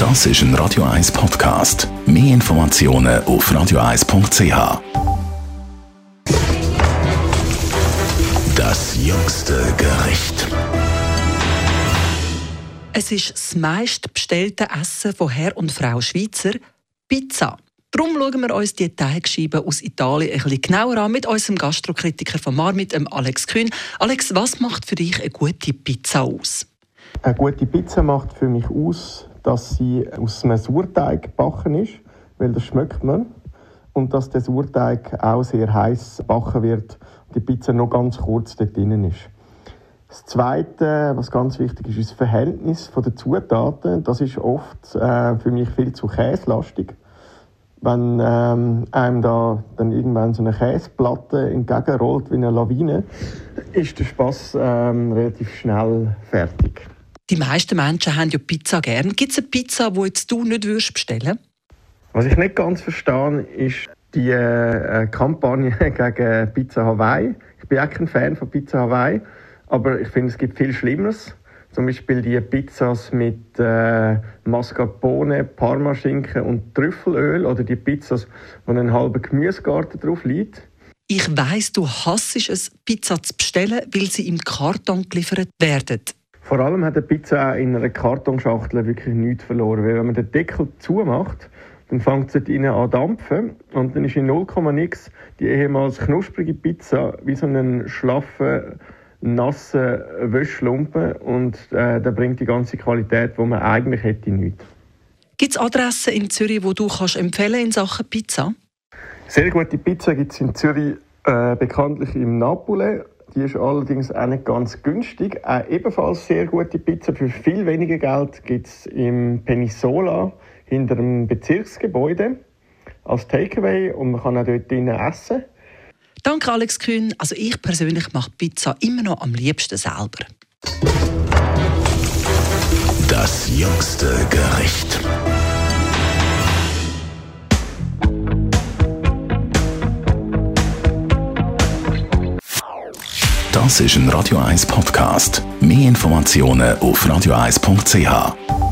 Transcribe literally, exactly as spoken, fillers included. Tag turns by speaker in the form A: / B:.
A: Das ist ein Radio eins Podcast. Mehr Informationen auf radio eins punkt c h. Das jüngste Gericht.
B: Es ist das meistbestellte Essen von Herr und Frau Schweizer, Pizza. Darum schauen wir uns die Teigscheiben aus Italien ein bisschen genauer an mit unserem Gastrokritiker von Marmit, Alex Kühn. Alex, was macht für dich eine gute Pizza aus?
C: Eine gute Pizza macht für mich aus, dass sie aus einem Sauerteig gebacken ist, weil das schmeckt man. Und dass der Sauerteig auch sehr heiß gebacken wird und die Pizza noch ganz kurz dort drin ist. Das Zweite, was ganz wichtig ist, ist das Verhältnis der Zutaten. Das ist oft äh, für mich viel zu käselastig. Wenn ähm, einem da dann irgendwann so eine Käseplatte entgegenrollt wie eine Lawine, ist der Spass ähm, relativ schnell fertig.
B: Die meisten Menschen haben ja Pizza gern. Gibt es eine Pizza, die jetzt du nicht bestellen würdest?
C: Was ich nicht ganz verstehe, ist die äh, Kampagne gegen Pizza Hawaii. Ich bin auch kein Fan von Pizza Hawaii, aber ich finde, es gibt viel Schlimmeres. Zum Beispiel die Pizzas mit äh, Mascarpone, Parmaschinken und Trüffelöl oder die Pizzas, wo ein halber Gemüsegarten drauf liegt.
B: Ich weiss, du hasst es, Pizza zu bestellen, weil sie im Karton geliefert werden.
C: Vor allem hat eine Pizza in einer Kartonschachtel wirklich nichts verloren. Weil wenn man den Deckel zumacht, dann fängt sie drinnen an zu dampfen und dann ist in null Komma nix die ehemals knusprige Pizza wie so einen schlaffen, nassen Wäschlumpen und äh, der bringt die ganze Qualität, die man eigentlich hätte, nichts.
B: Gibt es Adressen in Zürich, die du kannst empfehlen in Sachen Pizza?
C: Sehr gute Pizza gibt es in Zürich, äh, bekanntlich im Napoli. Die ist allerdings auch nicht ganz günstig. Äh, ebenfalls sehr gute Pizza für viel weniger Geld gibt es im Penisola hinter dem Bezirksgebäude als Takeaway und man kann auch dort drinnen essen.
B: Danke, Alex Kühn. Also ich persönlich mache Pizza immer noch am liebsten selber.
A: Das jüngste Gericht. Das ist ein Radio eins Podcast. Mehr Informationen auf radio eins punkt c h.